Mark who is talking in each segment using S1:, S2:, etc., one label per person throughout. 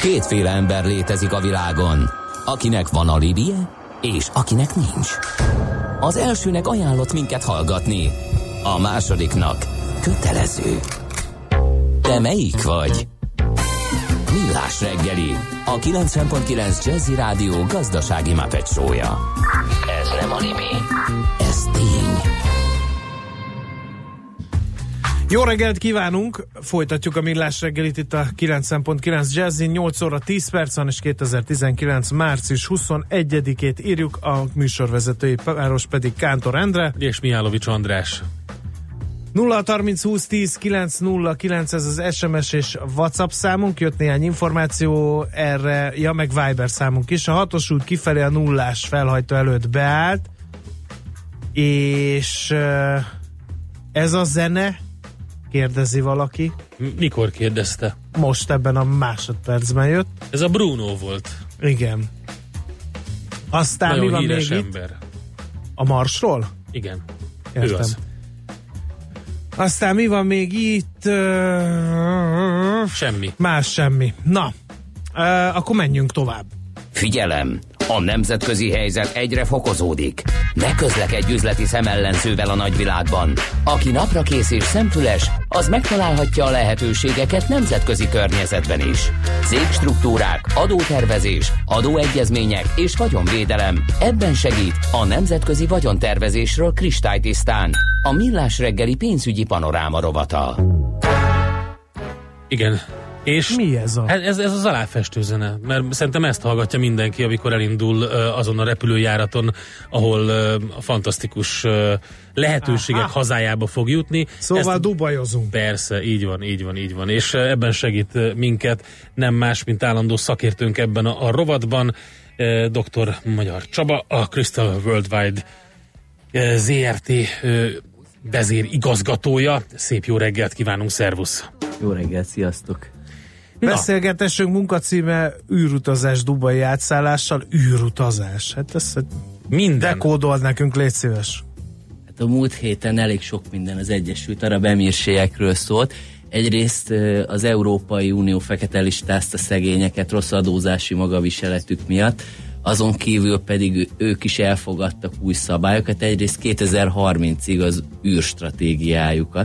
S1: Kétféle ember létezik a világon, akinek van alibije, és akinek nincs. Az elsőnek ajánlott minket hallgatni, a másodiknak kötelező. Te melyik vagy? Millás reggeli, a 90.9 Jazzy Rádió gazdasági Muppet show-ja. Ez nem anime, ez tény.
S2: Jó reggelt kívánunk! Folytatjuk a Millás reggelit itt a 90.9 Jazzy. 8 óra 10 perc van, és 2019. március 21-ét írjuk, a műsorvezetői páros pedig Kántor Endre
S3: és Mihálovics András.
S2: 0-30 20 10 909, ez az SMS és WhatsApp számunk. Jött néhány információ erre, ja, meg Viber számunk is. A 6-os út kifelé a nullás felhajtó előtt beállt, és ez a zene, kérdezi valaki.
S3: Mikor kérdezte?
S2: Most ebben a másodpercben jött.
S3: Ez a Bruno volt.
S2: Igen. Aztán
S3: nagyon
S2: mi van
S3: híres
S2: még
S3: ember.
S2: Itt? A Marsról?
S3: Igen.
S2: Értem.
S3: Ő az.
S2: Aztán mi van még itt?
S3: Semmi.
S2: Más semmi. Na, akkor menjünk tovább.
S1: Figyelem! A nemzetközi helyzet egyre fokozódik. Ne közlekedj üzleti szemellenzővel a nagyvilágban. Aki naprakész és szemfüles, az megtalálhatja a lehetőségeket nemzetközi környezetben is. Cégstruktúrák, adótervezés, adóegyezmények és vagyonvédelem. Ebben segít a nemzetközi vagyontervezésről kristálytisztán a Millás reggeli pénzügyi panoráma rovata.
S3: Igen. És
S2: mi ez a?
S3: Ez az aláfestő zene, mert szerintem ezt hallgatja mindenki, amikor elindul azon a repülőjáraton, ahol a fantasztikus lehetőségek hazájába fog jutni.
S2: Szóval dubajozunk.
S3: Persze, így van. És ebben segít minket nem más, mint állandó szakértőnk ebben a rovatban, dr. Magyar Csaba, a Crystal Worldwide ZRT vezérigazgatója. Szép jó reggelt kívánunk, szervusz!
S4: Jó reggelt, sziasztok!
S2: Beszélgetésünk munkacíme űrutazás Dubai átszállással. Űrutazás. Hát ezt minden dekódold nekünk, légy szíves.
S4: Hát a múlt héten elég sok minden az Egyesült Arab Emírségekről szólt. Egyrészt az Európai Unió fekete listázta szegényeket rossz adózási magaviseletük miatt, azon kívül pedig ők is elfogadtak új szabályokat, egyrészt 2030-ig az űrstratégiájukat.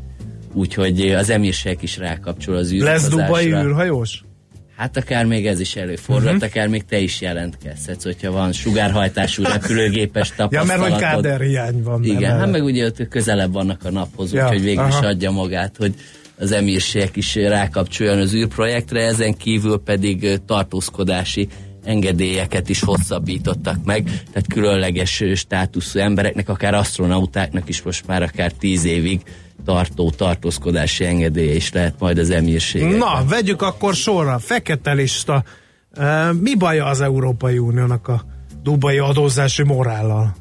S4: Úgyhogy az emírségek is rákapcsol az űrutazásra.
S2: Lesz Dubai űrhajós?
S4: Hát akár még ez is előfordult, akár még te is jelentkezhetsz, hogyha van sugárhajtású repülőgépes tapasztalatod.
S2: Ja, mert hogy káderhiány van.
S4: Igen, hát meg ugye ott közelebb vannak a naphoz, úgyhogy végül is adja magát, hogy az emírségek is rákapcsoljon az űrprojektre, ezen kívül pedig tartózkodási engedélyeket is hosszabbítottak meg, tehát különleges státuszú embereknek, akár asztronautáknak is most már akár 10 évig tartó tartózkodási engedélye is lehet majd az emírségekben.
S2: Na, vegyük akkor sorra. Fekete lista. Mi baja az Európai Uniónak a dubai adózási morállal?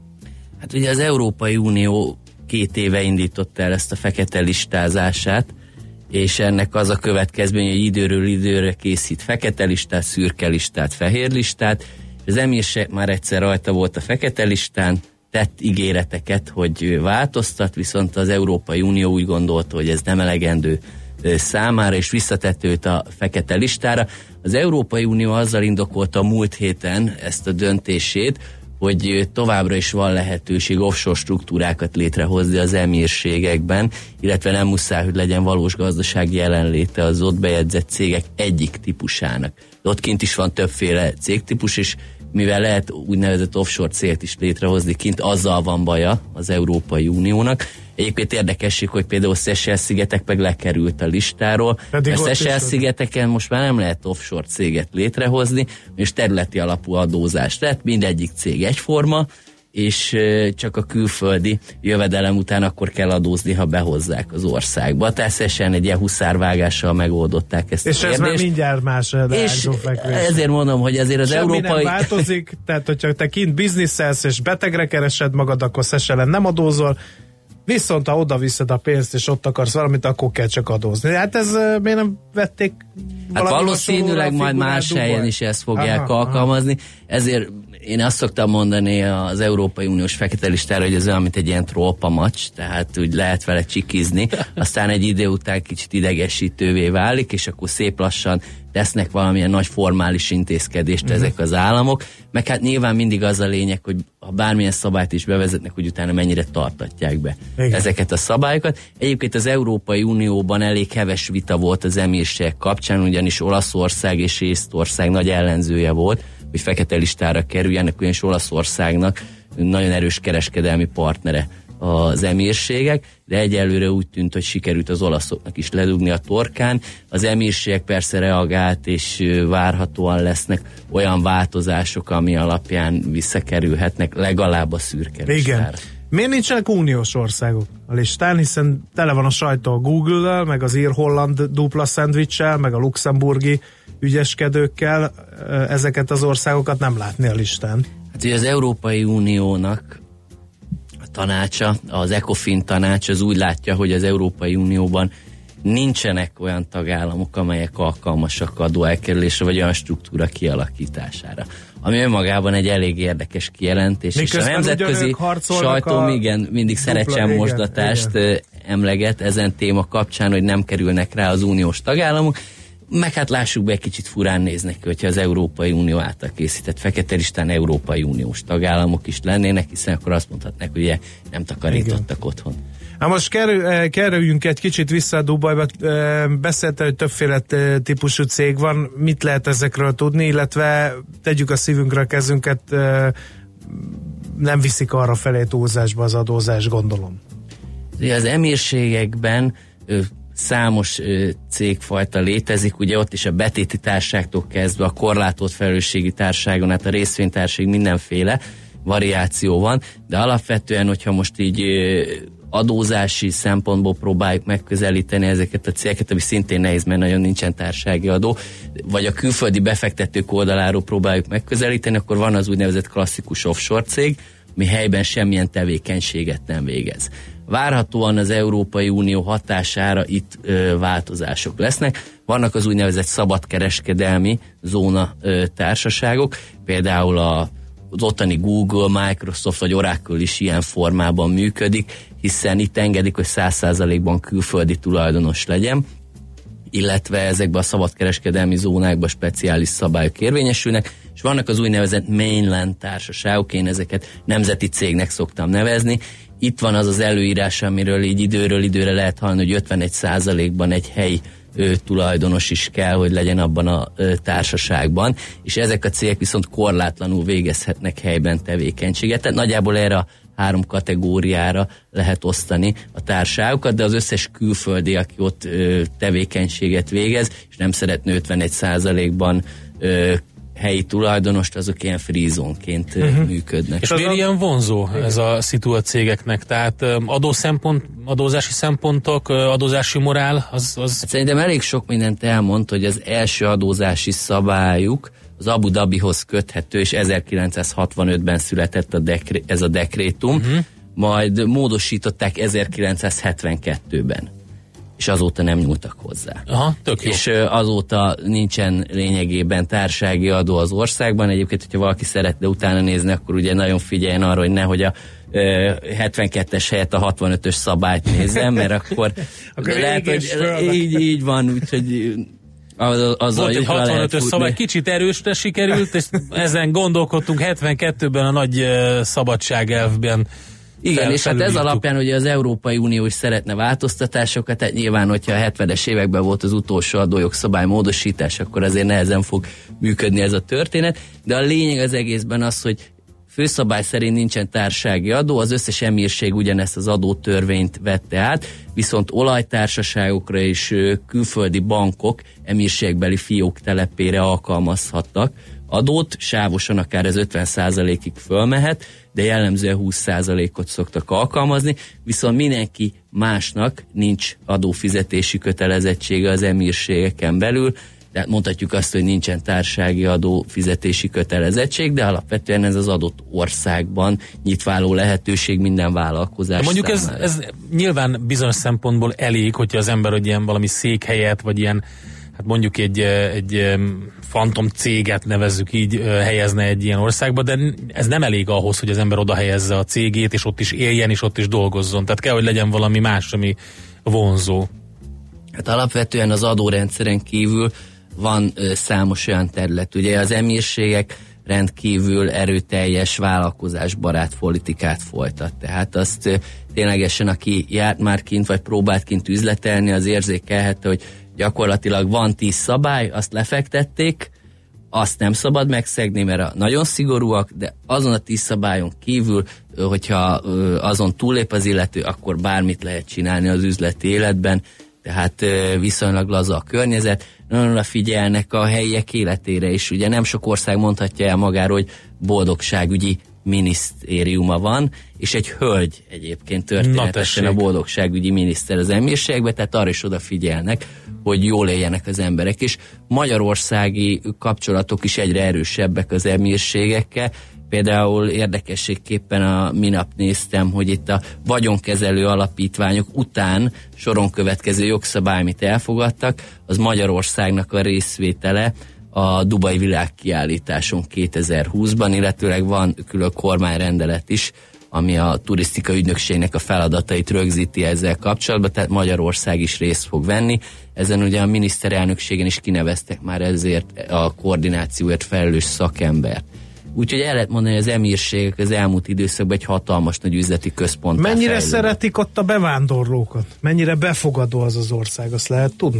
S4: Hát ugye az Európai Unió 2 éve indította el ezt a fekete listázását, és ennek az a következmény, hogy időről időre készít fekete listát, szürke listát, fehér listát. Az emírségek már egyszer rajta volt a fekete listán, tett ígéreteket, hogy változtat, viszont az Európai Unió úgy gondolta, hogy ez nem elegendő számára, és visszatette őt a fekete listára. Az Európai Unió azzal indokolta a múlt héten ezt a döntését, hogy továbbra is van lehetőség offshore struktúrákat létrehozni az emírségekben, illetve nem muszáj, hogy legyen valós gazdasági jelenléte az ott bejegyzett cégek egyik típusának. De ott kint is van többféle cégtípus, és mivel lehet úgynevezett offshore célt is létrehozni kint, azzal van baja az Európai Uniónak. Egyébként érdekesség, hogy például Seychelles-szigetek meg lekerült a listáról. A Seychelles-szigeteken most már nem lehet offshore céget létrehozni, és területi alapú adózást lehet, mindegyik cég egyforma, és csak a külföldi jövedelem után akkor kell adózni, ha behozzák az országba. Természetesen egy ilyen huszárvágással megoldották ezt
S2: és
S4: a kérdést.
S2: És ez már mindjárt más.
S4: És ezért mondom, hogy azért az
S2: semmi
S4: európai...
S2: nem változik, tehát hogyha te kint bizniszelsz és betegre keresed magad, akkor Seychellen nem adózol, viszont ha oda viszed a pénzt és ott akarsz valamit, akkor kell csak adózni. Hát ez miért nem vették
S4: hát valószínűleg majd más helyen is ezt fogják alkalmazni, ezért én azt szoktam mondani az Európai Uniós fekete listára, hogy ez olyan, mint egy ilyen trollpamacs, tehát úgy lehet vele csikizni, aztán egy idő után kicsit idegesítővé válik, és akkor szép lassan tesznek valamilyen nagy formális intézkedést ezek az államok, meg hát nyilván mindig az a lényeg, hogy ha bármilyen szabályt is bevezetnek, hogy utána mennyire tartatják be ezeket a szabályokat. Egyébként az Európai Unióban elég heves vita volt az emírségek kapcsán, ugyanis Olaszország és Észtország nagy ellenzője volt, hogy fekete listára kerüljenek, ugyanis Olaszországnak nagyon erős kereskedelmi partnere az emírségek, de egyelőre úgy tűnt, hogy sikerült az olaszoknak is ledugni a torkán. Az emírségek persze reagált, és várhatóan lesznek olyan változások, ami alapján visszakerülhetnek legalább a szürke listára.
S2: Igen. Miért nincsenek uniós országok a listán, hiszen tele van a sajtó a Google-lel, meg az ír-holland dupla szendvicssel, meg a luxemburgi ügyeskedőkkel, ezeket az országokat nem látni a listán.
S4: Hát ugye az Európai Uniónak tanácsa, az ECOFIN tanács az úgy látja, hogy az Európai Unióban nincsenek olyan tagállamok, amelyek alkalmasak adóelkerülésre, vagy olyan struktúra kialakítására. Ami önmagában egy elég érdekes kijelentés.
S2: Miközben
S4: és a nemzetközi sajtó mindig szerecsenmosdatást emleget ezen téma kapcsán, hogy nem kerülnek rá az uniós tagállamok, meg hát lássuk be, egy kicsit furán néznek ki, hogyha az Európai Unió által készített fekete listán Európai Uniós tagállamok is lennének, hiszen akkor azt mondhatnak, hogy ugye nem takarítottak otthon.
S2: Na most kerüljünk egy kicsit vissza a Dubajba. Beszélte, hogy többféle típusú cég van. Mit lehet ezekről tudni, illetve tegyük a szívünkre a kezünket, nem viszik arra felé túlzásba az adózás, gondolom.
S4: Az emírségekben számos cégfajta létezik, ugye ott is a betéti társaságtól kezdve a korlátolt felelősségi társaságon, hát a részvénytársaság mindenféle variáció van, de alapvetően, hogyha most így adózási szempontból próbáljuk megközelíteni ezeket a cégeket, ami szintén nehéz, mert nagyon nincsen társasági adó, vagy a külföldi befektetők oldaláról próbáljuk megközelíteni, akkor van az úgynevezett klasszikus offshore cég, ami helyben semmilyen tevékenységet nem végez. Várhatóan az Európai Unió hatására itt változások lesznek. Vannak az úgynevezett szabadkereskedelmi zóna társaságok, például az ottani Google, Microsoft vagy Oracle is ilyen formában működik, hiszen itt engedik, hogy 100%-ban külföldi tulajdonos legyen, illetve ezekben a szabadkereskedelmi zónákban speciális szabályok érvényesülnek, és vannak az úgynevezett mainland társaságok, én ezeket nemzeti cégnek szoktam nevezni. Itt van az az előírás, amiről így időről időre lehet hallani, hogy 51%-ban egy helyi tulajdonos is kell, hogy legyen abban a társaságban, és ezek a cégek viszont korlátlanul végezhetnek helyben tevékenységet. Tehát nagyjából erre a 3 kategóriára lehet osztani a társaságokat, de az összes külföldi, aki ott tevékenységet végez, és nem szeretne 51%-ban helyi tulajdonost, azok ilyen free zone-ként működnek.
S3: És miért ilyen vonzó ez a szitu a cégeknek? Tehát adózási szempontok, adózási morál, az... Hát
S4: szerintem elég sok mindent elmond, hogy az első adózási szabályuk az Abu Dhabihoz köthető, és 1965-ben született ez a dekrétum, majd módosították 1972-ben. És azóta nem nyúltak hozzá.
S3: Aha, tök jó.
S4: És azóta nincsen lényegében társasági adó az országban. Egyébként, hogyha valaki szeretne utána nézni, akkor ugye nagyon figyeljen arra, hogy nehogy a 72-es helyett a 65-ös szabályt nézzem, mert akkor lehet, hogy így van, úgyhogy
S3: volt egy 65-ös szabály, kicsit erősre sikerült, és ezen gondolkodtunk 72-ben a nagy szabadságelvben.
S4: Igen, és hát ez alapján ugye az Európai Unió is szeretne változtatásokat, tehát nyilván, hogyha a 70-es években volt az utolsó adójogszabály módosítás, akkor azért nehezen fog működni ez a történet, de a lényeg az egészben az, hogy főszabály szerint nincsen társasági adó, az összes emírség ugyanezt az adótörvényt vette át, viszont olajtársaságokra és külföldi bankok emírségbeli fiók telepére alkalmazhatnak adót, sávosan akár ez 50%-ig fölmehet, de jellemzően 20%-ot szoktak alkalmazni, viszont mindenki másnak nincs adófizetési kötelezettsége az emírségeken belül, tehát mondhatjuk azt, hogy nincsen társasági adófizetési kötelezettség, de alapvetően ez az adott országban nyitváló lehetőség minden vállalkozás
S3: mondjuk
S4: számára.
S3: Ez nyilván bizonyos szempontból elég, hogyha az ember hogy ilyen valami székhelyet, vagy ilyen, hát mondjuk egy fantom céget nevezzük így, helyezne egy ilyen országba, de ez nem elég ahhoz, hogy az ember oda helyezze a cégét, és ott is éljen, és ott is dolgozzon. Tehát kell, hogy legyen valami más, ami vonzó.
S4: Hát alapvetően az adórendszeren kívül van számos olyan terület. Ugye az emírségek rendkívül erőteljes vállalkozásbarát politikát folytat. Tehát azt ténylegesen, aki járt már kint, vagy próbált kint üzletelni, az érzékelhette, hogy gyakorlatilag van 10 szabály, azt lefektették, azt nem szabad megszegni, mert nagyon szigorúak, de azon a 10 szabályon kívül, hogyha azon túllép az illető, akkor bármit lehet csinálni az üzleti életben, tehát viszonylag laza a környezet, nagyon figyelnek a helyiek életére, és ugye nem sok ország mondhatja el magáról, hogy boldogságügyi minisztériuma van, és egy hölgy egyébként történetesen a boldogságügyi miniszter az emírségben, tehát arra is odafigyelnek, hogy jól éljenek az emberek, és magyarországi kapcsolatok is egyre erősebbek az emírségekkel. Például érdekességképpen a minap néztem, hogy itt a vagyonkezelő alapítványok után soron következő jogszabály, amit elfogadtak, az Magyarországnak a részvétele a Dubai világkiállításon 2020-ban, illetőleg van külön kormányrendelet is, ami a turisztikai ügynökségnek a feladatait rögzíti ezzel kapcsolatban, tehát Magyarország is részt fog venni. Ezen ugye a miniszterelnökségen is kineveztek már ezért a koordinációért felelős szakembert. Úgyhogy el lehet mondani, hogy az emírségek az elmúlt időszakban egy hatalmas nagy üzleti központtá
S2: Mennyire
S4: fejlődnek. Szeretik
S2: ott a bevándorlókat? Mennyire befogadó az ország, azt lehet tudni?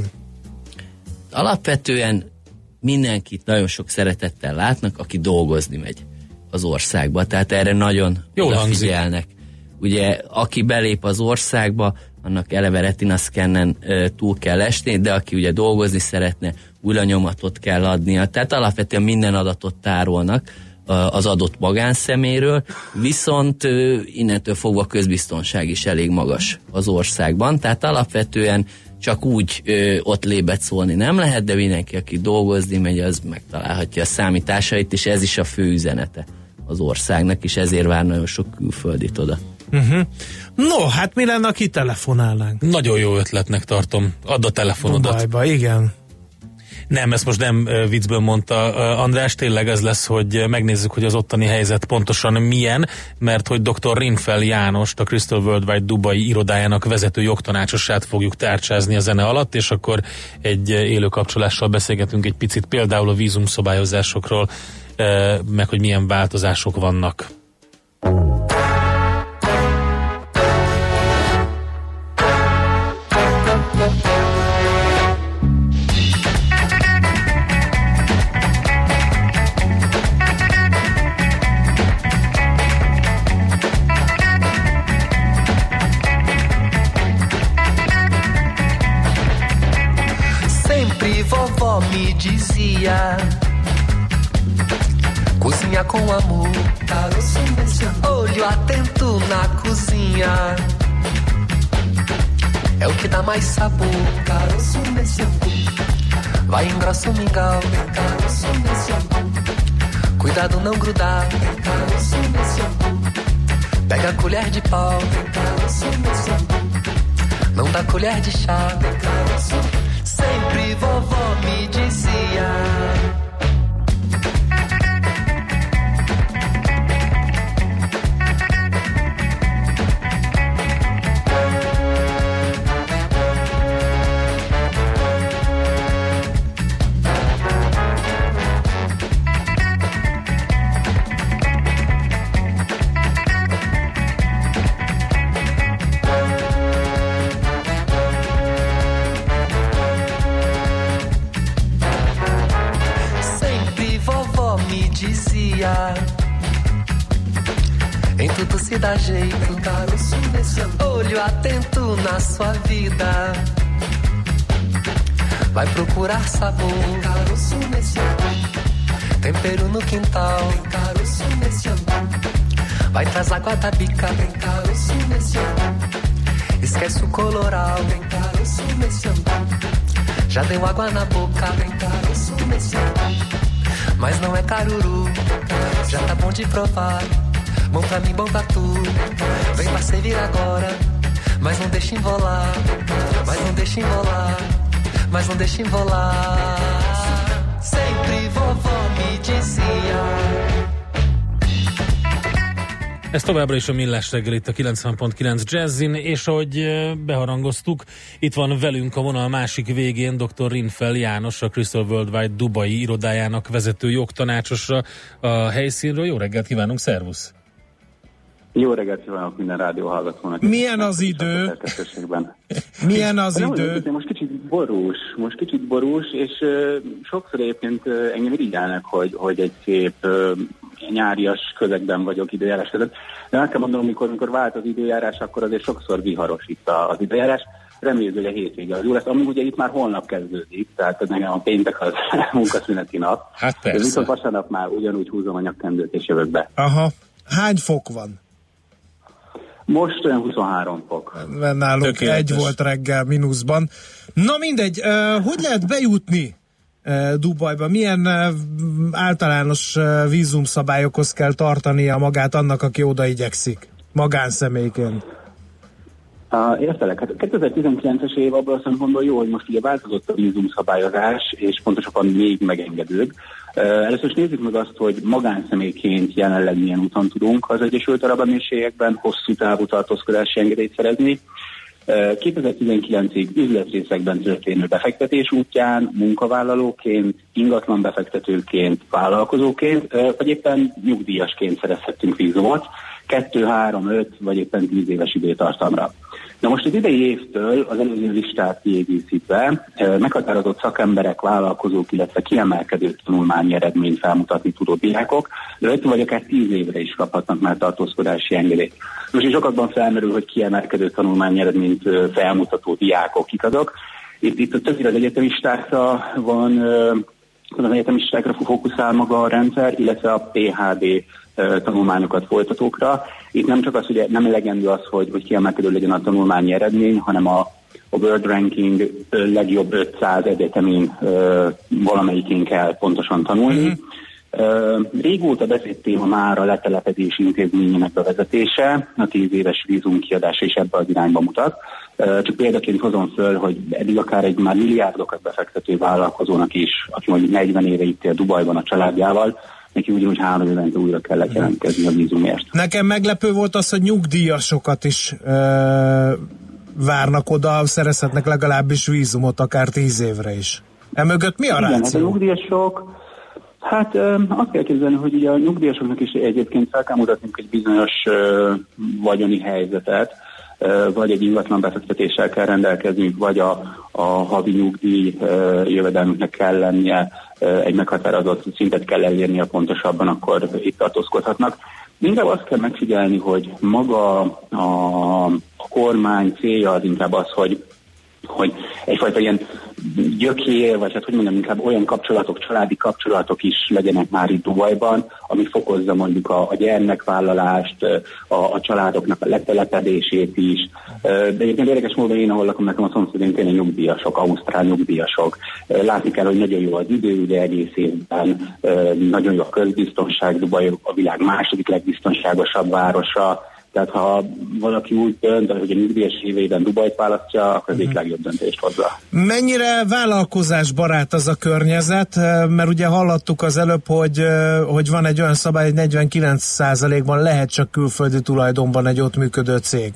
S4: Alapvetően mindenkit nagyon sok szeretettel látnak, aki dolgozni megy az országba. Tehát erre nagyon odafigyelnek. Ugye, aki belép az országba, annak eleve retinaszkennen túl kell esni, de aki ugye dolgozni szeretne, újranyomatot kell adnia. Tehát alapvetően minden adatot tárolnak az adott magánszeméről, viszont innentől fogva a közbiztonság is elég magas az országban. Tehát alapvetően csak úgy ott lébet szólni nem lehet, de mindenki, aki dolgozni megy, az megtalálhatja a számításait, és ez is a fő üzenete az országnak, és ezért vár nagyon sok külföldit oda.
S2: No, hát mi lenne, aki telefonálnánk?
S3: Nagyon jó ötletnek tartom. Add a telefonodat.
S2: Dubajba, igen.
S3: Nem, ezt most nem viccből mondta András, tényleg ez lesz, hogy megnézzük, hogy az ottani helyzet pontosan milyen, mert hogy dr. Rinfel Jánost, a Crystal Worldwide Dubai irodájának vezető jogtanácsosát fogjuk tárcsázni a zene alatt, és akkor egy élő kapcsolással beszélgetünk egy picit például a vízumszabályozásokról, meg hogy milyen változások vannak.
S5: Cozinha com amor, olho atento na cozinha, é o que dá mais sabor. Vai engrossa o mingau, cuidado não grudar. Pega a colher de pau, não dá colher de chá. Sempre vovó me dizia. Em tudo se dá jeito, olho atento na sua vida. Vai procurar sabor, tempero no quintal. Vai traz água da bica, esquece o coloral. Já deu água na boca, mas não é caruru. Já tá bom de provar, bom pra mim, bom pra tu. Vem pra servir agora, mas não deixa enrolar. Mas não deixa enrolar, mas não deixa enrolar. Sempre vovó me dizia.
S3: Ez továbbra is a Millás reggel itt a 90.9 Jazzin, és ahogy beharangoztuk, itt van velünk a vonal másik végén dr. Rinfel János, a Crystal Worldwide Dubai irodájának vezető jogtanácsosa a helyszínről. Jó reggelt kívánunk, szervusz!
S6: Jó reggelt kívánok minden rádióhallgatónak.
S2: Milyen az idő? Milyen az idő?
S6: Most kicsit borús, és sokszor egyébként engem irigyelnek, hogy egy szép nyárias közegben vagyok időjárás között. De azt kell mondanom, amikor vált az időjárás, akkor azért sokszor viharos itt az időjárás. Reméljük, hogy a hétvége az jó lesz. Amíg ugye itt már holnap kezdődik, tehát nekem a péntek az munkaszüneti nap.
S3: Hát persze.
S6: Viszont vasárnap már ugyanúgy húzom a nyakkendőt és jövök be.
S2: Aha. Hány fok van?
S6: Most olyan 23 fok.
S2: Nálunk
S3: Tökéletes.
S2: egy volt reggel mínuszban. Na mindegy, hogy lehet bejutni Dubajba? Milyen általános vízumszabályokhoz kell tartania magát annak, aki oda igyekszik? Magánszemélyként.
S6: Értelek. Hát 2019-es év abban a szempontból jó, hogy most ugye változott a vízumszabályozás, és pontosabban még megengedőbb. Először is nézzük meg azt, hogy magánszemélyként jelenleg milyen úton tudunk az Egyesült Arab Emírségekben hosszú távú tartózkodási engedélyt szerezni. 2019-ig üzletrészekben történő befektetés útján, munkavállalóként, ingatlan befektetőként, vállalkozóként, vagy éppen nyugdíjasként szerezhettünk vízumot 2, 3, 5 vagy éppen 10 éves időtartamra. Na most az idei évtől az előző listát kiegészítve meghatározott szakemberek, vállalkozók, illetve kiemelkedő tanulmányi eredményt felmutatni tudó diákok 5 vagy akár 10 évre is kaphatnak már tartózkodási engedélyt. Most is sokakban felmerül, hogy kiemelkedő tanulmányi eredményt felmutató diákok kik azok. Itt többnyire az egyetemistákra van, az egyetemistákra fókuszál maga a rendszer, illetve a PhD tanulmányokat folytatókra. Itt nem csak az, hogy nem elegendő az, hogy kiemelkedő legyen a tanulmányi eredmény, hanem a World Ranking legjobb 500 egyetemén valamelyikén kell pontosan tanulni. Régóta beszélt téma már a letelepedési intézményének bevezetése, a 10 éves vízumkiadása is ebbe az irányba mutat. Csak példaként hozom föl, hogy eddig akár egy már milliárdokat befektető vállalkozónak is, aki mondjuk 40 éve itt él Dubajban a családjával, neki ugyanúgy 3 évente újra kellett jelentkezni a vízumért.
S2: Nekem meglepő volt az, hogy nyugdíjasokat is várnak oda, szerezhetnek legalábbis vízumot akár 10 évre is. Emögött mi a ráció?
S6: Igen, a nyugdíjasok, hát azt kell képzelni, hogy ugye a nyugdíjasoknak is egyébként fel kell mutatnunk egy bizonyos vagyoni helyzetet, vagy egy ingatlan befektetéssel kell rendelkezni, vagy a havi nyugdíj jövedelmüknek kell lennie, egy meghatározott szintet kell elérnie pontosabban, akkor itt tartózkodhatnak. Inkább azt kell megfigyelni, hogy maga a kormány célja az inkább az, hogy egyfajta ilyen gyökér, vagy hát hogy mondjam, inkább olyan kapcsolatok, családi kapcsolatok is legyenek már itt Dubajban, ami fokozza mondjuk a gyermekvállalást, a családoknak a letelepedését is. De egyébként érdekes módon én, ahol lakom, nekem a szomszédén tényleg nyugdíjasok, ausztrál nyugdíjasok. Látni kell, hogy nagyon jó az idő, ugye egész évben nagyon jó a közbiztonság, Dubaj a világ második legbiztonságosabb városa. Tehát ha valaki úgy dönt, hogy a nyugdíjas éveiben Dubajt választja, akkor az egyik legjobb döntést hozza.
S2: Mennyire vállalkozásbarát az a környezet? Mert ugye hallottuk az előbb, hogy van egy olyan szabály, hogy 49%-ban lehet csak külföldi tulajdonban egy ott működő cég.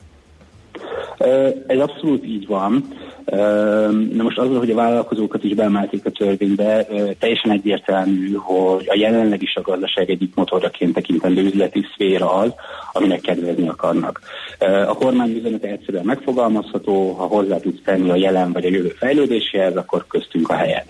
S6: Ez abszolút így van. Na most azzal, hogy a vállalkozókat is beemelték a törvénybe, teljesen egyértelmű, hogy a jelenleg is a gazdaság egyik motorjaként tekintendő üzleti szféra az, aminek kedvezni akarnak. A kormány üzenete egyszerűen megfogalmazható, ha hozzá tudsz tenni a jelen vagy a jövő fejlődéséhez, akkor köztünk a helyed.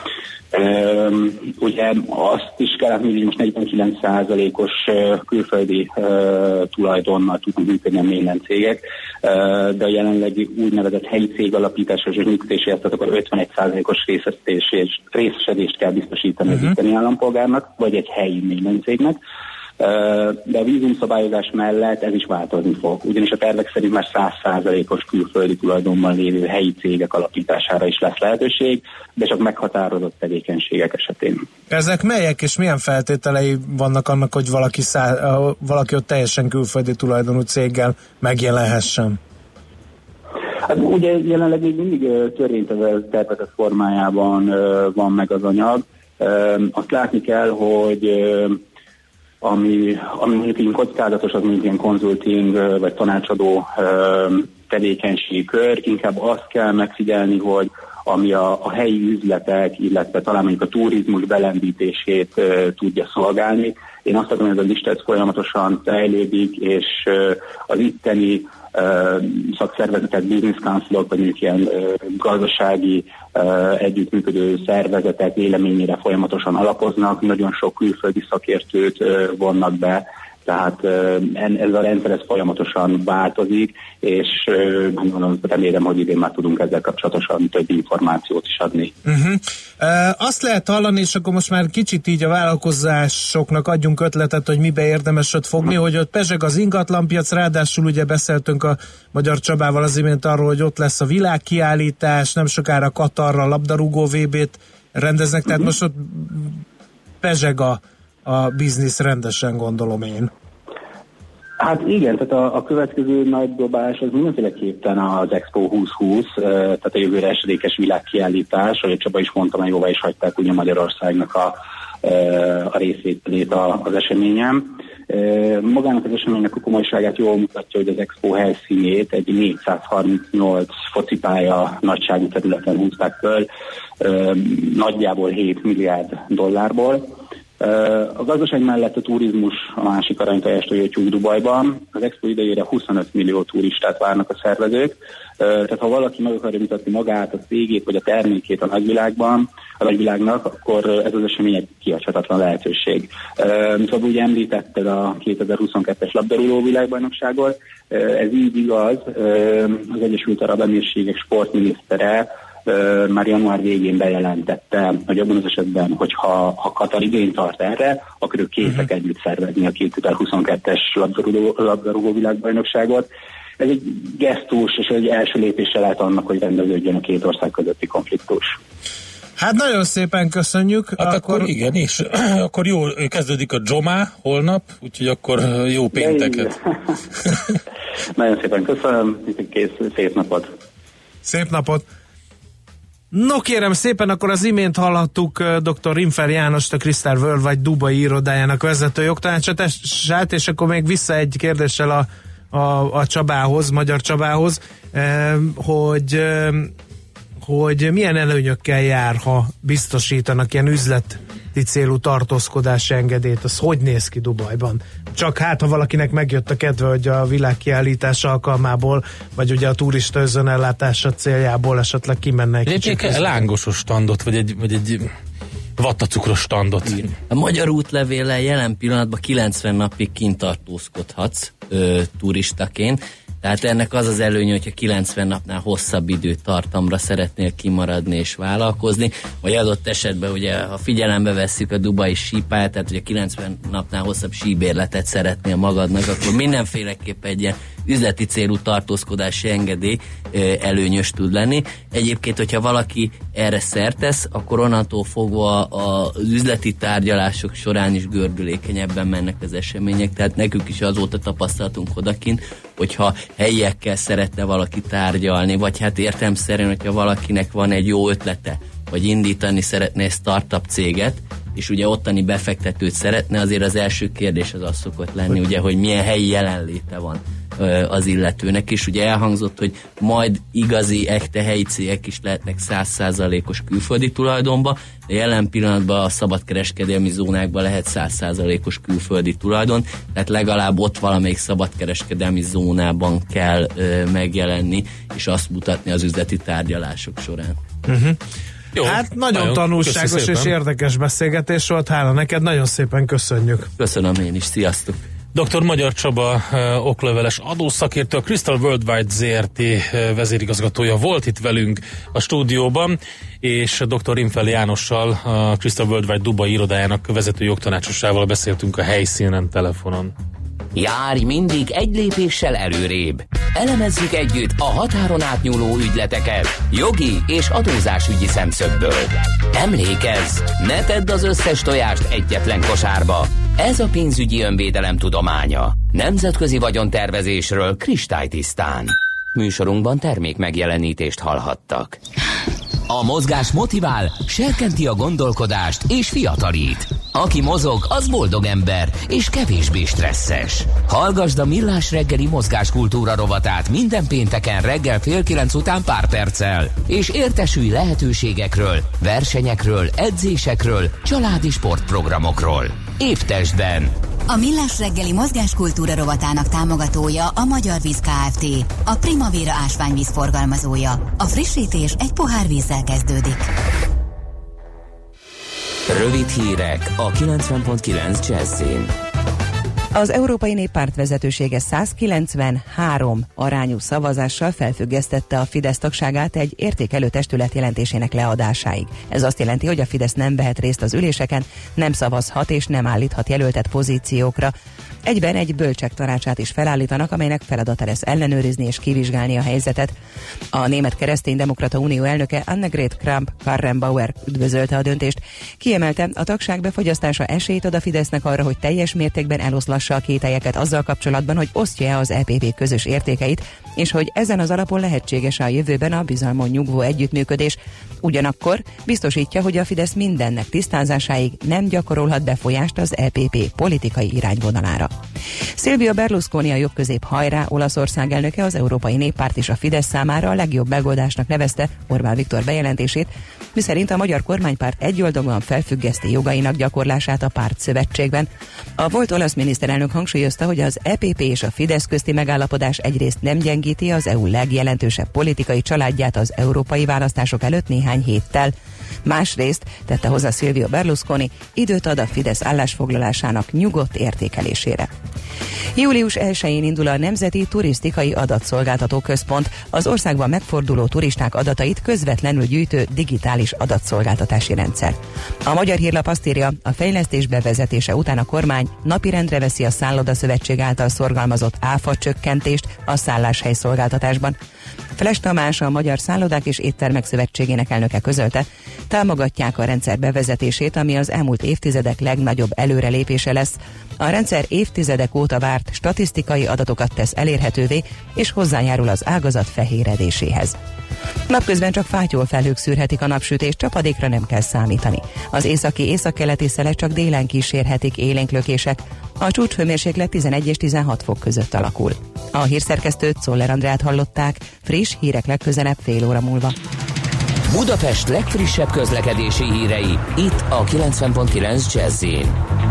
S6: Ugye azt is kell látni, hogy most 49%-os külföldi tulajdonnal tudnak működni a mainland cégek, de a jelenlegi úgynevezett helyi cég alapítása és működéséhez, tehát akkor 51%-os részesedést kell biztosítani az itteni állampolgárnak, vagy egy helyi mainland cégnek. De a vízumszabályozás mellett ez is változni fog, ugyanis a tervek szerint már 100%-os külföldi tulajdonban lévő helyi cégek alapítására is lesz lehetőség, de csak meghatározott tevékenységek esetén. Ezek
S2: melyek és milyen feltételei vannak annak, hogy valaki ott teljesen külföldi tulajdonú céggel megjelenhessen?
S6: Hát ugye jelenleg még mindig törvénytervezet formájában van meg az anyag. Azt látni kell, hogy ami mondjuk így kockázatos, az mint ilyen konzulting vagy tanácsadó tevékenységi kör, inkább azt kell megfigyelni, hogy ami a helyi üzletek, illetve talán mondjuk a turizmus belendítését tudja szolgálni. Én azt tudom, hogy ez a lista folyamatosan fejlődik, és az itteni szakszervezetek, business councilok, vagy mondjuk ilyen gazdasági együttműködő szervezetek véleményére folyamatosan alapoznak, nagyon sok külföldi szakértőt vonnak be, tehát ez a rendszer ez folyamatosan változik, és remélem, hogy idén már tudunk ezzel kapcsolatosan több információt is adni.
S2: Azt lehet hallani, és akkor most már kicsit így a vállalkozásoknak adjunk ötletet, hogy mibe érdemes ott fogni, hogy ott pezseg az ingatlanpiac, ráadásul ugye beszéltünk a Magyar Csabával az imént arról, hogy ott lesz a világkiállítás, nem sokára Katarra labdarúgó VB-t rendeznek, tehát most ott pezseg a biznisz rendesen, gondolom én.
S6: Hát igen, tehát a következő nagy dobás az mindenféleképpen az Expo 2020, tehát a jövőre esedékes világkiállítás, ahogy Csaba is mondta, meg jóvá is hagyták ugye Magyarországnak a részvételét az eseményen. Magának az eseménynek a komolyságát jól mutatja, hogy az Expo helyszínét egy 438 focipálya nagyságú területen húzták föl, nagyjából 7 milliárd dollárból. A gazdaság mellett a turizmus a másik aranytojás tojtjuk Dubajban. Az Expo idejére 25 millió turistát várnak a szervezők. Tehát ha valaki meg akarja mutatni magát, a cégét vagy a termékét a nagyvilágnak, akkor ez az esemény egy kihagyhatatlan lehetőség. Szóval ugye említetted a 2022-es labdarúgó világbajnokságot. Ez így igaz. Az Egyesült Arab Emírségek sportminisztere már január végén bejelentette, hogy abban az esetben, hogyha Katar igényt tart erre, akkor ők készek együtt szervezni a 2022-es labdarúgó világbajnokságot. Ez egy gesztus, és egy első lépése lehet annak, hogy rendeződjön a két ország közötti konfliktus.
S2: Hát nagyon szépen köszönjük.
S3: Hát akkor igen, és akkor jól kezdődik a Dzsomá holnap, úgyhogy akkor jó pénteket.
S6: Nagyon szépen köszönöm, kész, szép napot.
S2: Szép napot. No kérem szépen, akkor az imént hallhattuk dr. Rinfer Jánost, a Crystal Worldwide Dubai irodájának vezető jogtanácsát, és akkor még vissza egy kérdéssel a Csabához, Magyar Csabához, hogy milyen előnyökkel jár, ha biztosítanak ilyen üzleti célú tartózkodási engedélyt, az hogy néz ki Dubajban? Csak hát, ha valakinek megjött a kedve, hogy a világkiállítás alkalmából, vagy ugye a turista özönellátása céljából esetleg kimenne egy kicsit.
S3: Egy lángosos standot, vagy egy vattacukros standot.
S4: A magyar útlevéllel jelen pillanatban 90 napig kint tartózkodhatsz turistaként. Tehát ennek az az előnye, hogyha 90 napnál hosszabb időtartamra szeretnél kimaradni és vállalkozni, vagy adott esetben ugye, ha figyelembe vesszük a dubai sípályát, tehát ugye 90 napnál hosszabb síbérletet szeretnél magadnak, akkor mindenféleképp egy ilyen üzleti célú tartózkodási engedély előnyös tud lenni. Egyébként, hogyha valaki erre szert tesz, akkor onnantól fogva az üzleti tárgyalások során is gördülékenyebben mennek az események, tehát nekünk is azóta tapasztaltunk odakint, hogyha helyiekkel szeretne valaki tárgyalni, vagy hát értelemszerűen, hogyha valakinek van egy jó ötlete, vagy indítani szeretne egy startup céget, és ugye ottani befektetőt szeretne, azért az első kérdés az szokott lenni, ugye, hogy milyen helyi jelenléte van az illetőnek, és ugye elhangzott, hogy majd igazi, echte helyi cégek is lehetnek 100%-os külföldi tulajdonba, de jelen pillanatban a szabadkereskedelmi zónákban lehet 100%-os külföldi tulajdon, tehát legalább ott valamelyik szabadkereskedelmi zónában kell megjelenni, és azt mutatni az üzleti tárgyalások során.
S3: Jó,
S2: hát nagyon tanulságos és érdekes beszélgetés volt, hála neked, nagyon szépen köszönjük.
S4: Köszönöm én is, sziasztok!
S3: Dr. Magyar Csaba okleveles adószakértő, a Crystal Worldwide ZRT vezérigazgatója volt itt velünk a stúdióban, és dr. Rinfer Jánossal, a Crystal Worldwide Dubai irodájának vezető jogtanácsosával beszéltünk a helyszínen telefonon.
S1: Járj mindig egy lépéssel előrébb. Elemezzük együtt a határon átnyúló ügyleteket jogi és adózásügyi szemszögből. Emlékezz, ne tedd az összes tojást egyetlen kosárba. Ez a pénzügyi önvédelem tudománya. Nemzetközi vagyontervezésről kristálytisztán. Műsorunkban termék megjelenítést hallhattak. A mozgás motivál, serkenti a gondolkodást és fiatalít. Aki mozog, az boldog ember, és kevésbé stresszes. Hallgasd a Millás reggeli mozgáskultúra rovatát minden pénteken reggel 8:30 után pár perccel, és értesülj lehetőségekről, versenyekről, edzésekről, családi sportprogramokról. Épp testben.
S7: A Millás reggeli mozgáskultúra rovatának támogatója a Magyar Víz Kft. A Primavera ásványvíz forgalmazója. A frissítés egy pohár vízzel kezdődik.
S1: Rövid hírek a 90.9 Jazzin.
S8: Az Európai Néppárt vezetősége 193 arányú szavazással felfüggesztette a Fidesz tagságát egy értékelő testület jelentésének leadásáig. Ez azt jelenti, hogy a Fidesz nem vehet részt az üléseken, nem szavazhat és nem állíthat jelöltet pozíciókra. Egyben egy bölcsek tanácsát is felállítanak, amelynek feladata lesz ellenőrizni és kivizsgálni a helyzetet. A Német Kereszténydemokrata Unió elnöke Annegret Kramp-Karrenbauer üdvözölte a döntést. Kiemelte, a tagság befagyasztása esélyt ad a Fidesznek arra, hogy teljes mértékben eloszlassa a kételyeket azzal kapcsolatban, hogy osztja az EPP közös értékeit, és hogy ezen az alapon lehetséges a jövőben a bizalmon nyugvó együttműködés. Ugyanakkor biztosítja, hogy a Fidesz mindennek tisztázásáig nem gyakorolhat befolyást az EPP politikai irányvonalára. Silvio Berlusconi, a jobbközép hajrá Olaszország elnöke, az Európai Néppárt és a Fidesz számára a legjobb megoldásnak nevezte Orbán Viktor bejelentését, miszerint a magyar kormánypárt egyoldalúan felfüggeszti jogainak gyakorlását a pártszövetségben. A volt olasz miniszterelnök hangsúlyozta, hogy az EPP és a Fidesz közti megállapodás egyrészt nem gyengíti az EU legjelentősebb politikai családját az európai választások előtt néhány héttel. Másrészt, tette hozzá Silvio Berlusconi, időt ad a Fidesz állásfoglalásának nyugodt értékelésére. Július 1-én indul a Nemzeti Turisztikai Adatszolgáltató Központ, az országban megforduló turisták adatait közvetlenül gyűjtő digitális adatszolgáltatási rendszer. A Magyar Hírlap azt írja, a fejlesztés bevezetése után a kormány napirendre veszi a Szállodaszövetség által szorgalmazott áfa csökkentést a szálláshely szolgáltatásban. Fles Tamás, a Magyar Szállodák és Éttermek Szövetségének elnöke közölte, támogatják a rendszer bevezetését, ami az elmúlt évtizedek legnagyobb előrelépése lesz. A rendszer évtizedek óta várt statisztikai adatokat tesz elérhetővé, és hozzájárul az ágazat fehéredéséhez. Napközben csak fátyol felhők szűrhetik a napsütést, csapadékra nem kell számítani. Az északi-északkeleti szelek csak délen kísérhetik élénklökések. A csúcshőmérséklet 11 és 16 fok között alakul. A hírszerkesztőt, Czoller Andrát hallották, friss hírek legközelebb fél óra múlva.
S1: Budapest legfrissebb közlekedési hírei, itt a 90.9 Jazzin.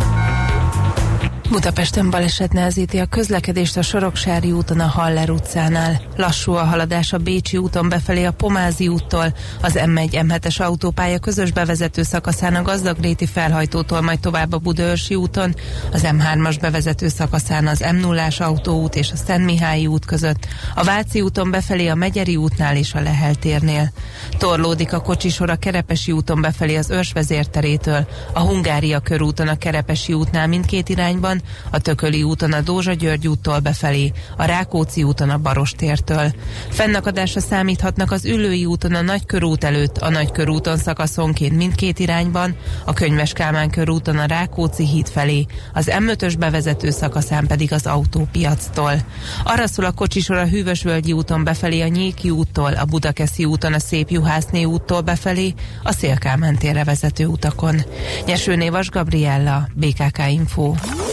S9: Budapesten baleset nehezíti a közlekedést a Soroksári úton a Haller utcánál. Lassú a haladás a Bécsi úton befelé a Pomázi úttól, az M1-M7-es autópálya közös bevezető szakaszán a Gazdagréti felhajtótól, majd tovább a Budaörsi úton, az M3-as bevezető szakaszán az M0-ás autóút és a Szentmihályi út között, a Váci úton befelé a Megyeri útnál és a Lehel térnél. Torlódik a kocsisor a Kerepesi úton befelé az Őrs vezérterétől, a Hungária körúton a Kerepesi útnál mindkét irányban, a Tököli úton a Dózsa-György úttól befelé, a Rákóczi úton a Barostértől. Fennakadásra számíthatnak az Üllői úton a Nagykörút előtt, a Nagykörúton szakaszonként mindkét irányban, a Könyves Kálmán körúton a Rákóczi híd felé, az M5-ös bevezető szakaszán pedig az autópiactól. Arra szól a kocsisor a Hűvösvölgyi úton befelé a Nyéki úttól, a Budakeszi úton a Szépjuhászné úttól befelé, a Széll-Kálmán térre vezető utakon. Nyesőné Vas Gabriella, BKK Info.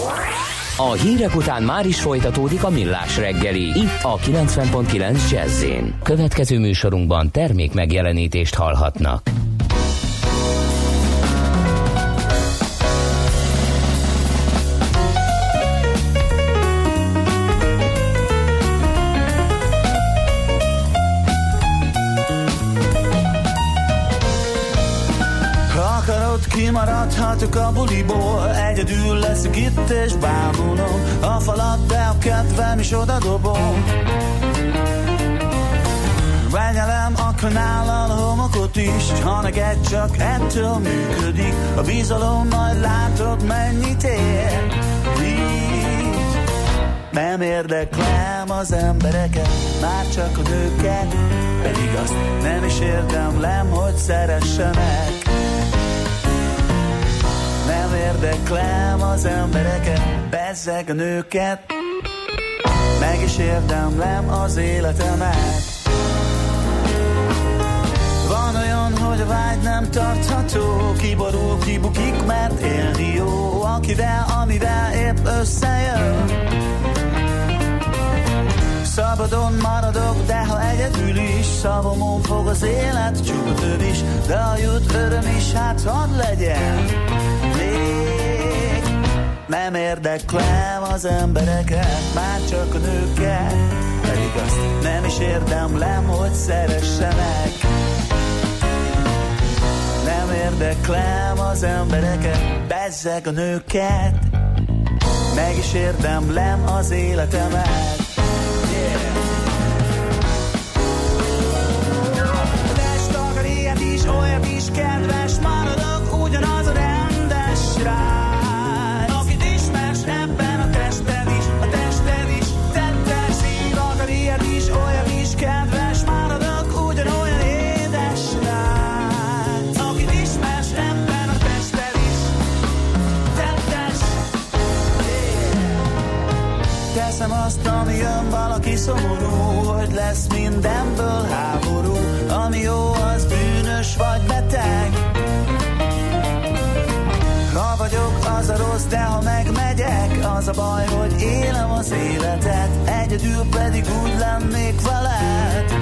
S1: A hírek után már is folytatódik a Millás reggeli, itt a 90.9 Jazzin. Következő műsorunkban termék megjelenítést hallhatnak.
S10: Kimaradhatok a buliból, egyedül leszek itt és bámulom a falat, de a kedvem is oda dobom. Benyelem a kanállal a homokot is, ha neked csak ettől működik a bizalom, majd látod mennyit ér. Így nem érdeklem az embereket, már csak a nőket, pedig azt nem is érdemlem, hogy szeressenek. Nem érdeklem az embereket, bezzeg a nőket, meg is érdemlem az életemet. Van olyan, hogy a vágy nem tartható, kiborul, kibukik, mert élni jó. összejön. Szabadon maradok, de ha egyedül is, szavamon fog az élet, csupa több is, de ha jut öröm is, hát hadd legyen. Még nem érdeklem az embereket, már csak a nőket, pedig azt nem is érdemlem, hogy szeressenek. Nem érdeklem az embereket, bezzeg a nőket, meg is érdemlem az életemet. Olyat is kedves, maradok ugyanaz a rendes srác, akit ismersz ebben a tested is, tettes szív, akar ilyet is, olyat is kedves, maradok ugyanolyan édes srác, akit ismersz ebben a tested is, tettes. Teszem azt, ami jön, valaki szomorú, hogy lesz mindenből háború, ami jó, az bűnös vagy beteg. Ha vagyok, az a rossz, de ha megmegyek, az a baj, hogy élem az életet, egyedül pedig úgy lennék veled.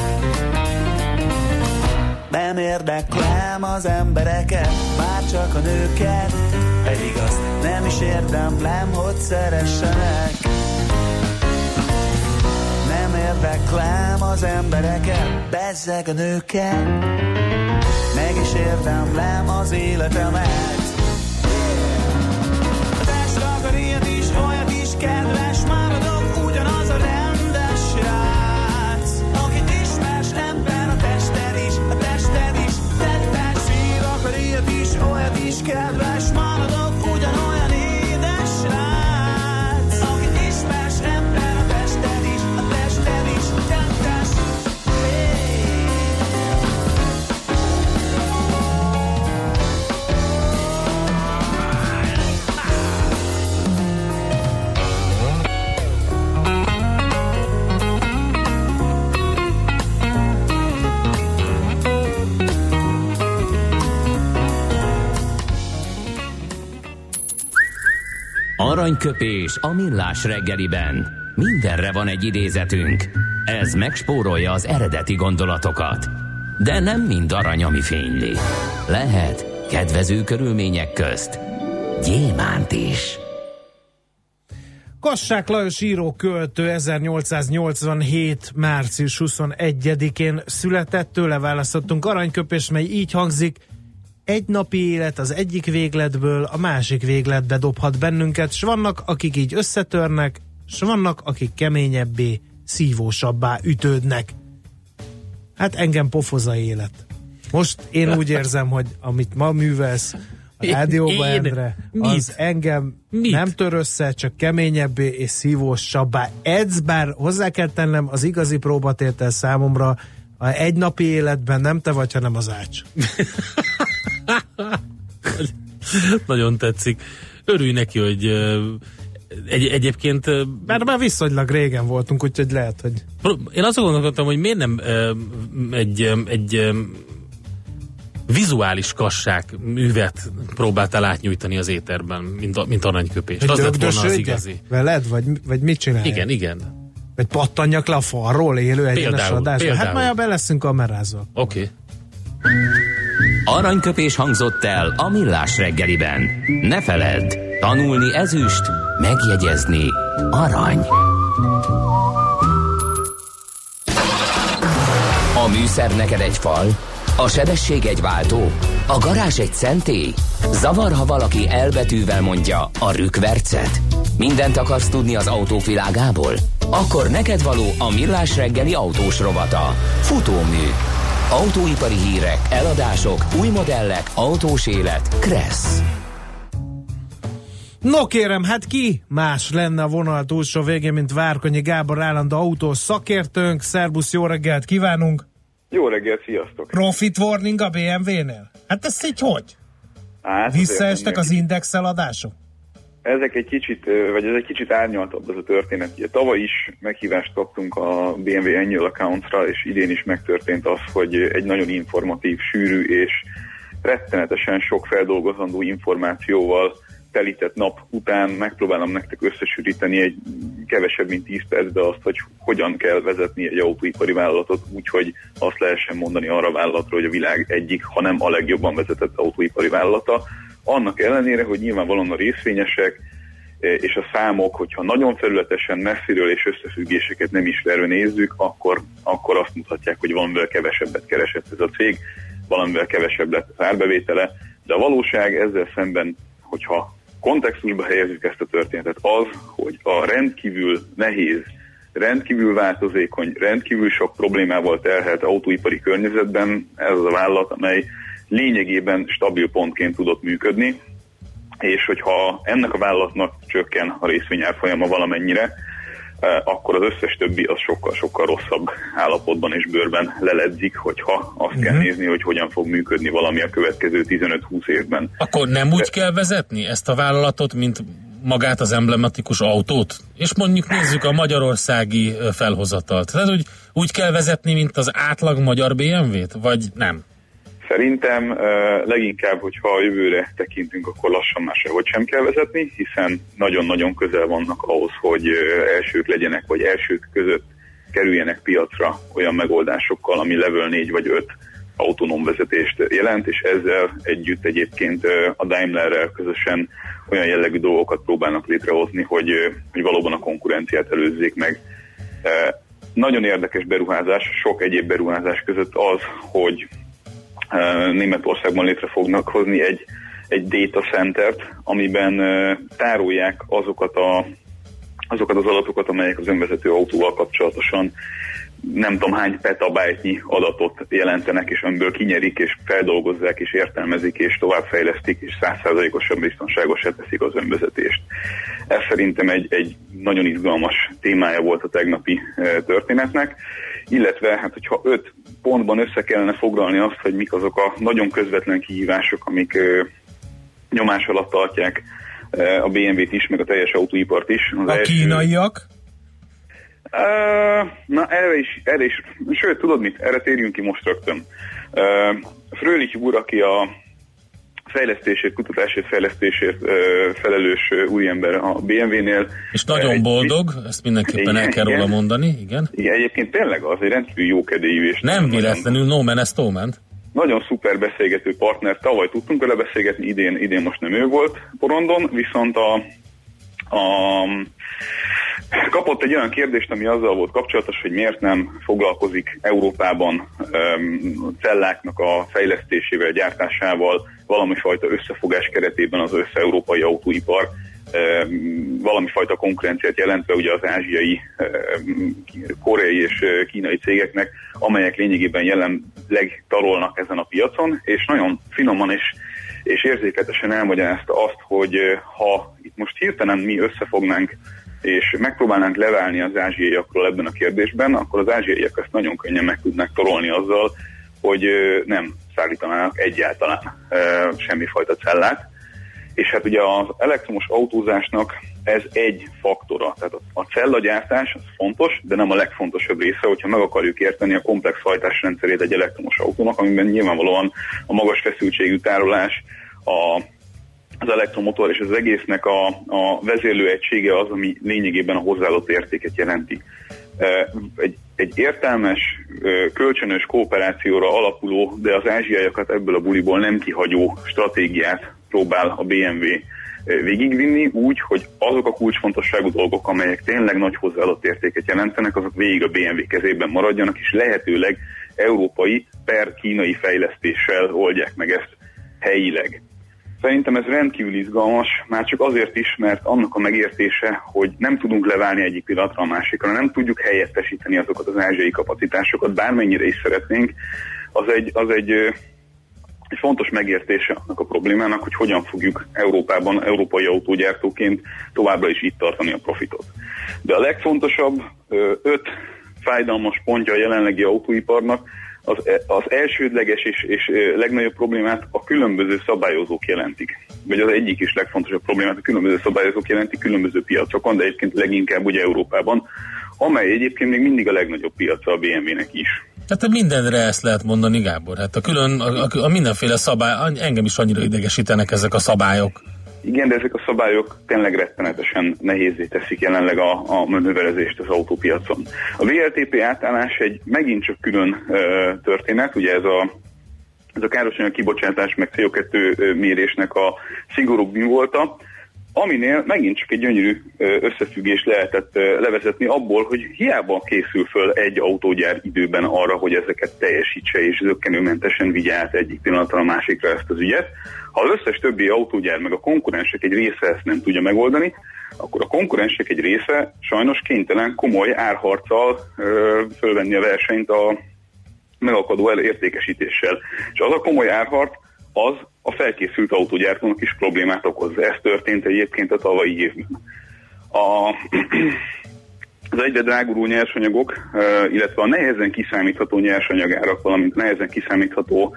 S10: Nem érdeklem az embereket, már csak a nőket, pedig azt nem is érdemlem, hogy szeressenek. Nem érdeklem az embereket, bezzeg a nőket, meg is érdemlem az életemet. A test akar ilyet is, olyat is kedves, maradok ugyanaz a rendes srác, akit ismersz ebben a tested is, tettes szív, akar ilyet is, olyat is kedves, maradok ugyanolyan édes srác, akit ismersz ebben a tested is, tettes.
S1: Aranyköpés a millás reggeliben. Mindenre van egy idézetünk. Ez megspórolja az eredeti gondolatokat. De nem mind arany, ami fényli. Lehet kedvező körülmények közt gyémánt is.
S2: Kassák Lajos író költő 1887. március 21-én született, tőle választottunk aranyköpést, mely így hangzik: egy napi élet az egyik végletből a másik végletbe dobhat bennünket, s vannak, akik így összetörnek, s vannak, akik keményebbé, szívósabbá ütődnek. Hát engem pofoz a élet. Most én úgy érzem, hogy amit ma művelsz a rádióba, Endre, az engem nem tör össze, csak keményebbé és szívósabbá edz, bár hozzá kell tennem, az igazi próbatétel számomra a egy napi életben nem te vagy, hanem az ács.
S3: Nagyon tetszik. Örülj neki, hogy egyébként...
S2: Már viszonylag régen voltunk, úgyhogy lehet, hogy...
S3: Én azt gondoltam, hogy miért nem egy vizuális kassák művet próbáltál átnyújtani az éterben, mint aranyköpés. Az lett volna az igazi.
S2: Veled? Vagy mit csinálják?
S3: Igen.
S2: Vagy pattanjak le a falról élő egyenes adásra? Hát majd be leszünk kamerázva.
S3: Oké.
S1: Aranyköpés hangzott el a millás reggeliben. Ne feledd, tanulni ezüst, megjegyezni arany. A műszer neked egy fal, a sebesség egy váltó, a garázs egy szentély. Zavar, ha valaki elbetűvel mondja a rükvercet. Mindent akarsz tudni az autóvilágából? Akkor neked való a millás reggeli autós rovata. Futómű. Autóipari hírek, eladások, új modellek, autós élet. Kressz.
S2: No kérem, hát ki más lenne a vonal túlsó végén, mint Várkonyi Gábor állandó autós szakértőnk. Szerbusz, jó reggelt kívánunk!
S11: Jó reggelt, sziasztok!
S2: Profit warning a BMW-nél? Hát ez így hogy? Visszaestek az indexeladások?
S11: Ez egy kicsit árnyaltabb ez a történet. Ugye, tavaly is meghívást kaptunk a BMW Annual Accounts-ra, és idén is megtörtént az, hogy egy nagyon informatív, sűrű és rettenetesen sok feldolgozandó információval telített nap után megpróbálom nektek összesűríteni egy kevesebb, mint 10 percbe azt, hogy hogyan kell vezetni egy autóipari vállalatot úgy, hogy azt lehessen mondani arra a vállalatra, hogy a világ egyik, hanem a legjobban vezetett autóipari vállalata. Annak ellenére, hogy nyilvánvalóan a részvényesek és a számok, hogyha nagyon felületesen messziről és összefüggéseket nem ismerve nézzük, akkor azt mutatják, hogy valamivel kevesebbet keresett ez a cég, valamivel kevesebb lett az árbevétele, de a valóság ezzel szemben, hogyha kontextusba helyezzük ezt a történetet, az, hogy a rendkívül nehéz, rendkívül változékony, rendkívül sok problémával terhelt autóipari környezetben ez az a vállalat, amely lényegében stabil pontként tudott működni, és hogyha ennek a vállalatnak csökken a részvényárfolyama valamennyire, akkor az összes többi az sokkal rosszabb állapotban és bőrben leledzik, hogyha azt kell nézni, hogy hogyan fog működni valami a következő 15-20 évben.
S3: Akkor nem úgy kell vezetni ezt a vállalatot, mint magát az emblematikus autót? És mondjuk nézzük a magyarországi felhozatalt. Tehát úgy kell vezetni, mint az átlag magyar BMW-t? Vagy nem?
S11: Szerintem leginkább, hogyha a jövőre tekintünk, akkor lassan már sehogy sem kell vezetni, hiszen nagyon-nagyon közel vannak ahhoz, hogy elsők legyenek, vagy elsők között kerüljenek piacra olyan megoldásokkal, ami level 4 vagy 5 autonóm vezetést jelent, és ezzel együtt egyébként a Daimlerrel közösen olyan jellegű dolgokat próbálnak létrehozni, hogy valóban a konkurenciát előzzék meg. Nagyon érdekes beruházás, sok egyéb beruházás között az, hogy Németországban létre fognak hozni egy data centert, amiben tárolják azokat az adatokat, amelyek az önvezető autóval kapcsolatosan nem tudom hány petabájtnyi adatot jelentenek, és amiből kinyerik, és feldolgozzák, és értelmezik, és továbbfejlesztik, és 100%-osan biztonságosá teszik az önvezetést. Ez szerintem egy nagyon izgalmas témája volt a tegnapi történetnek, illetve hát hogyha 5 pontban össze kellene foglalni azt, hogy mik azok a nagyon közvetlen kihívások, amik nyomás alatt tartják a BMW-t is, meg a teljes autóipart is.
S3: A kínaiak?
S11: Na erre is, sőt, tudod mit? Erre térjünk ki most rögtön. Fröhlich úr, aki a kutatásért, fejlesztésért felelős úriember a BMW-nél.
S3: És nagyon boldog, ezt mindenképpen el kell róla mondani, igen.
S11: Igen, egyébként tényleg az egy rendkívül jókedélyű és
S3: nem véletlenül no man as no man.
S11: Nagyon szuper beszélgető partner, tavaly tudtunk vele beszélgetni, idén most nem ő volt porondon, viszont kapott egy olyan kérdést, ami azzal volt kapcsolatos, hogy miért nem foglalkozik Európában celláknak a fejlesztésével, gyártásával, valamifajta összefogás keretében az össze-európai autóipar, valamifajta konkurenciát jelentve ugye az ázsiai, koreai és kínai cégeknek, amelyek lényegében jelenleg tarolnak ezen a piacon, és nagyon finoman és érzékletesen elmagyarázta azt, hogy ha itt most hirtelen mi összefognánk és megpróbálnánk leválni az ázsiaiakról ebben a kérdésben, akkor az ázsiaiak ezt nagyon könnyen meg tudnak torolni azzal, hogy nem szállítanának egyáltalán semmifajta cellát. És hát ugye az elektromos autózásnak ez egy faktora. Tehát a cellagyártás az fontos, de nem a legfontosabb része, hogyha meg akarjuk érteni a komplex hajtásrendszerét egy elektromos autónak, amiben nyilvánvalóan a magas feszültségű tárolás, az elektromotor és az egésznek a vezérlőegysége az, ami lényegében a hozzáadott értéket jelenti. Egy értelmes, kölcsönös kooperációra alapuló, de az ázsiaiakat ebből a buliból nem kihagyó stratégiát próbál a BMW végigvinni úgy, hogy azok a kulcsfontosságú dolgok, amelyek tényleg nagy hozzáadott értéket jelentenek, azok végig a BMW kezében maradjanak, és lehetőleg európai per kínai fejlesztéssel oldják meg ezt helyileg. Szerintem ez rendkívül izgalmas, már csak azért is, mert annak a megértése, hogy nem tudunk leválni egyik pillanatra a másikra, nem tudjuk helyettesíteni azokat az ázsiai kapacitásokat, bármennyire is szeretnénk, az egy fontos megértése annak a problémának, hogy hogyan fogjuk Európában, európai autógyártóként továbbra is itt tartani a profitot. De a legfontosabb 5 fájdalmas pontja a jelenlegi autóiparnak, az elsődleges és legnagyobb problémát a különböző szabályozók jelentik. Vagy az egyik is legfontosabb problémát a különböző szabályozók jelentik különböző piacokon, de egyébként leginkább ugye Európában, amely egyébként még mindig a legnagyobb piaca a BMW-nek is.
S3: Tehát mindenre ezt lehet mondani, Gábor. Hát a mindenféle szabály, engem is annyira idegesítenek ezek a szabályok.
S11: Igen, de ezek a szabályok tényleg rettenetesen nehézzé teszik jelenleg a manőverezést az autópiacon. A VLTP átállás egy megint csak külön történet, ugye ez a károsanyag kibocsátás meg CO2 mérésnek a szigorúbb művolta, aminél megint csak egy gyönyörű összefüggést lehetett levezetni abból, hogy hiába készül föl egy autógyár időben arra, hogy ezeket teljesítse és zökkenőmentesen vigye át egyik pillanatra a másikra ezt az ügyet. Ha az összes többi autógyár meg a konkurensek egy része ezt nem tudja megoldani, akkor a konkurensek egy része sajnos kénytelen komoly árharccal fölvenni a versenyt a megakadó értékesítéssel. És az a komoly árharc, az a felkészült autógyártónak is problémát okoz. Ez történt egyébként a tavalyi évben. Az egyre dráguló nyersanyagok, illetve a nehezen kiszámítható nyersanyagárak, valamint nehezen kiszámítható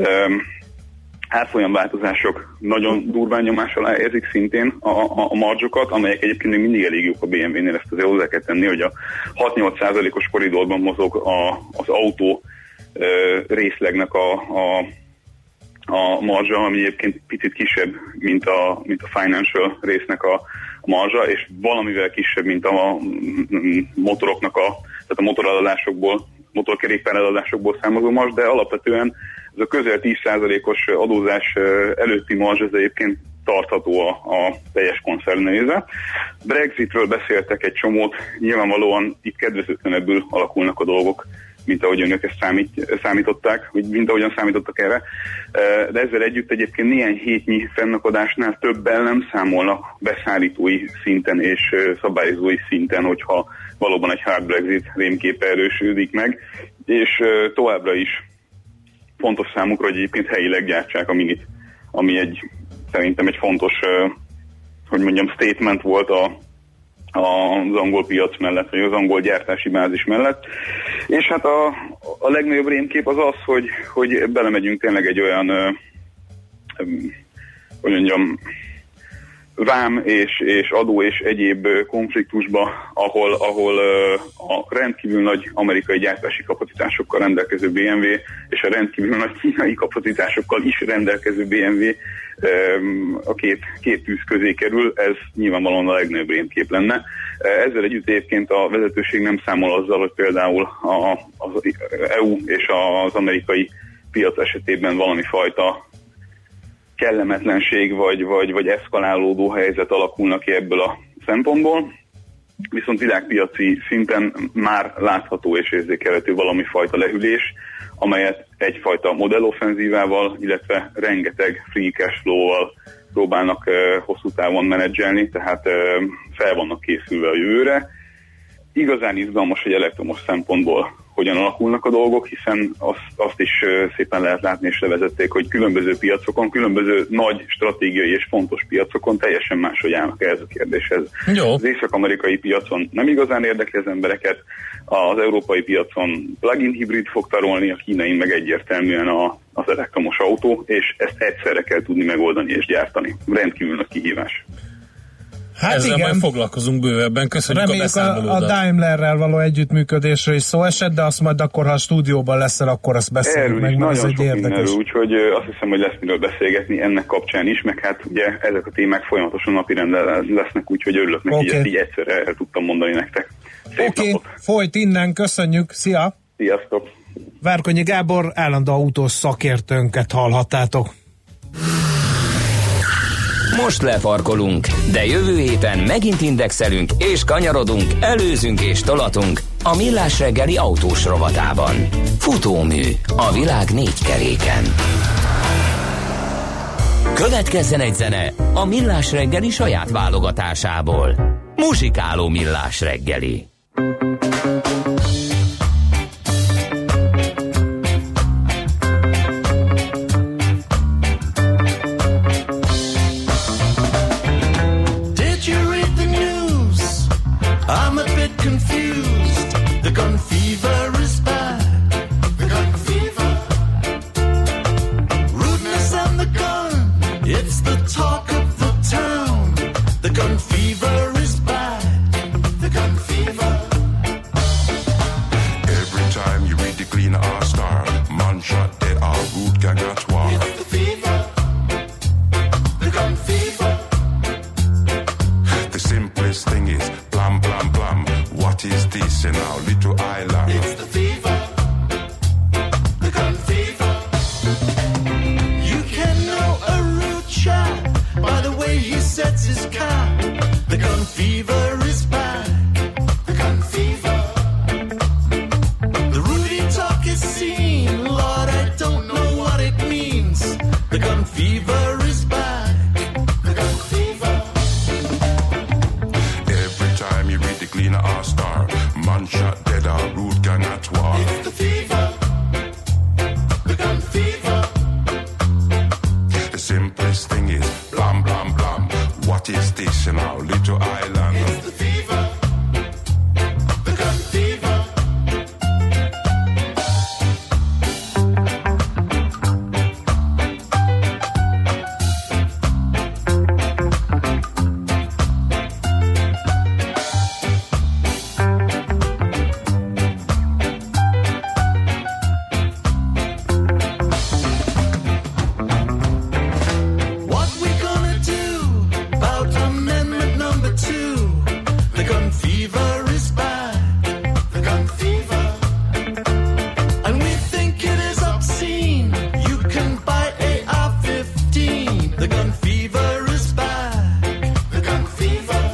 S11: árfolyamváltozások nagyon durván nyomás alá érzik szintén a marzsokat, amelyek egyébként még mindig elég jók a BMW-nél, ezt azért hozzá kell tenni, hogy a 6-8%-os koridorban mozog az autó részlegnek a marzsa, ami egyébként picit kisebb, mint a financial résznek a marzsa, és valamivel kisebb, mint a motoroknak tehát a motorkerékpáreladásokból származó marzs, de alapvetően ez a közel 10%-os adózás előtti marzs, ez egyébként tartható a teljes koncernen nézve. Brexitről beszéltek egy csomót, nyilvánvalóan itt kedvezőtlenebbül alakulnak a dolgok, mint ahogy önök ezt számították, mint ahogyan számítottak erre. De ezzel együtt egyébként néhány hétnyi fennakadásnál többen nem számolnak beszállítói szinten és szabályozói szinten, hogyha valóban egy hard Brexit rémképe erősödik meg, és továbbra is fontos számukra, hogy egyébként helyileg gyártsák a Minit, ami szerintem egy fontos, statement volt az angol piac mellett, vagy az angol gyártási bázis mellett. És hát a legnagyobb rémkép az az, hogy belemegyünk tényleg egy olyan, vám és adó és egyéb konfliktusba, ahol a rendkívül nagy amerikai gyártási kapacitásokkal rendelkező BMW és a rendkívül nagy kínai kapacitásokkal is rendelkező BMW a két tűz közé kerül, ez nyilvánvalóan a legnagyobb rémkép lenne. Ezzel együtt egyébként a vezetőség nem számol azzal, hogy például az EU és az amerikai piac esetében valami fajta kellemetlenség vagy eszkalálódó helyzet alakulnak ki ebből a szempontból, viszont világpiaci szinten már látható és érzékelhető valami fajta lehűlés, amelyet egyfajta modelloffenzívával, illetve rengeteg free cash flow-val próbálnak hosszú távon menedzselni, tehát fel vannak készülve a jövőre. Igazán izgalmas, hogy elektromos szempontból hogyan alakulnak a dolgok, hiszen azt is szépen lehet látni és levezették, hogy különböző piacokon, különböző nagy stratégiai és fontos piacokon teljesen máshogy állnak ehhez a kérdéshez. Jó. Az észak-amerikai piacon nem igazán érdekli az embereket, az európai piacon plug-in hibrid fog tarolni, a kínai meg egyértelműen az elektromos autó, és ezt egyszerre kell tudni megoldani és gyártani. Rendkívül nagy kihívás.
S3: Hát ezzel igen, majd foglalkozunk bővebben. Köszönjük a beszámolódat.
S2: A Daimlerrel való együttműködésről is szó esett, de azt majd akkor, ha a stúdióban leszel, akkor azt beszélünk meg, mert ez egy érdekes.
S11: Úgyhogy azt hiszem, hogy lesz miről beszélgetni ennek kapcsán is, meg hát ugye ezek a témák folyamatosan napirenden lesznek, úgyhogy örülök neki, hogy ezt így egyszerre el tudtam mondani nektek.
S2: Oké, folyt innen, köszönjük, szia!
S11: Sziasztok!
S2: Várkonyi Gábor, állandó autós szakértőnket hallhattátok.
S1: Most lefarkolunk, de jövő héten megint indexelünk és kanyarodunk, előzünk és tolatunk a Millás reggeli autós rovatában. Futómű a világ 4 keréken. Következzen egy zene a Millás reggeli saját válogatásából. Muzsikáló Millás reggeli.
S10: I'm a bit confused. The gun fever is bad. The gun fever. Rudeness and the gun. It's the talk of the town. The gun fever is bad. The gun fever.
S12: Every time you read the Clean R Star, man shot dead, all root gang at war.
S10: It's the fever. The gun fever. sets his cap. The gun fever is back. The gun fever. The Rudy talk is seen. Lord, I don't know what it means. The gun fever is back. The gun fever.
S12: Every time you read the Gleaner or Star, man shot dead or root gang at war.
S10: It's the fever. The gun fever.
S12: The simplest thing is blam blam blam. What is this in our little island?
S10: It's the fever. The gun fever. What we gonna do about amendment number 2? The gun fever is back. The gun fever. And we think it is obscene. You can buy AR-15. The gun fever is back. The gun fever.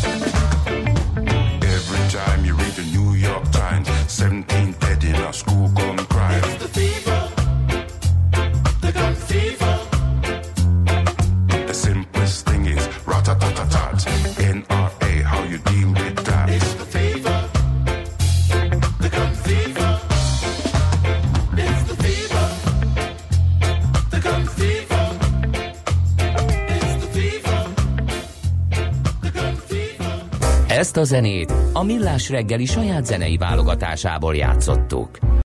S12: Every time you read the New York Times, 17 dead in a school gun crime.
S10: It's the fever. The gun fever.
S12: The simplest thing is rat-a-tat-tat-tat. NRA, how you deal with that?
S10: It's the fever. The gun fever. It's the fever. The gun fever. It's the fever. The gun fever.
S1: Ezt a zenét a Millás reggeli saját zenei válogatásából játszottuk.